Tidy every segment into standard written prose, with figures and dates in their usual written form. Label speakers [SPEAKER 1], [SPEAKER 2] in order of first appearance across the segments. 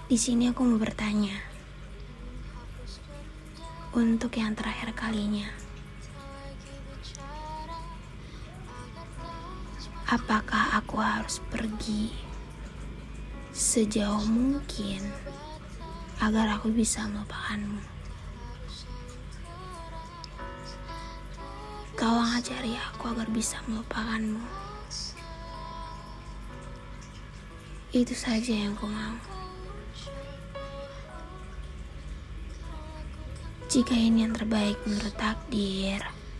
[SPEAKER 1] Di sini aku mau bertanya, untuk yang terakhir kalinya, apakah aku harus pergi sejauh mungkin agar aku bisa melupakanmu? Tolong ajari aku agar bisa melupakanmu. Itu saja yang ku mau. Jika ini yang terbaik menurut takdir,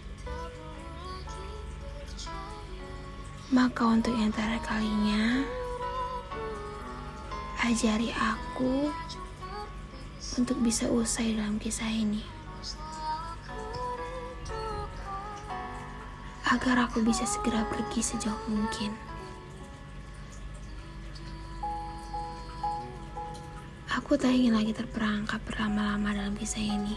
[SPEAKER 1] maka untuk yang terakhir kalinya, ajari aku untuk bisa usai dalam kisah ini, agar aku bisa segera pergi sejauh mungkin. Aku tak ingin lagi terperangkap berlama-lama dalam kisah ini.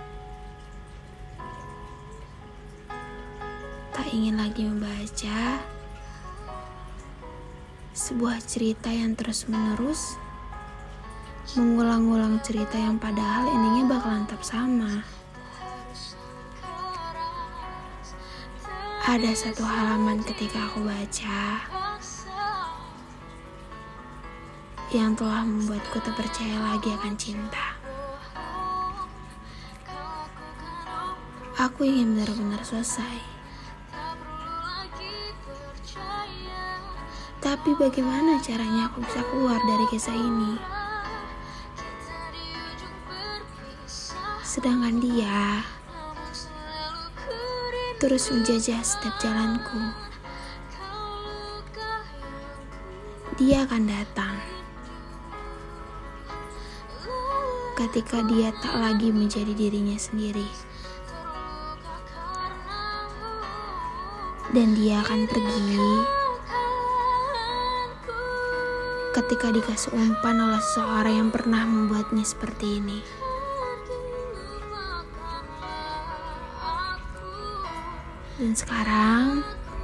[SPEAKER 1] Tak ingin lagi membaca sebuah cerita yang terus-menerus mengulang-ulang cerita yang padahal endingnya bakalan tetap sama. Ada satu halaman ketika aku baca yang telah membuatku tak percaya lagi akan cinta. Aku ingin benar-benar selesai. Tapi bagaimana caranya aku bisa keluar dari kisah ini? Sedangkan dia terus menjajah setiap jalanku. Dia akan datang ketika dia tak lagi menjadi dirinya sendiri. Dan dia akan pergi ketika dikasih umpan oleh seseorang yang pernah membuatnya seperti ini. Dan sekarang,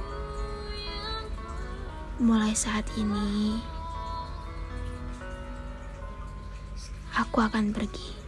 [SPEAKER 1] mulai saat ini, aku akan pergi.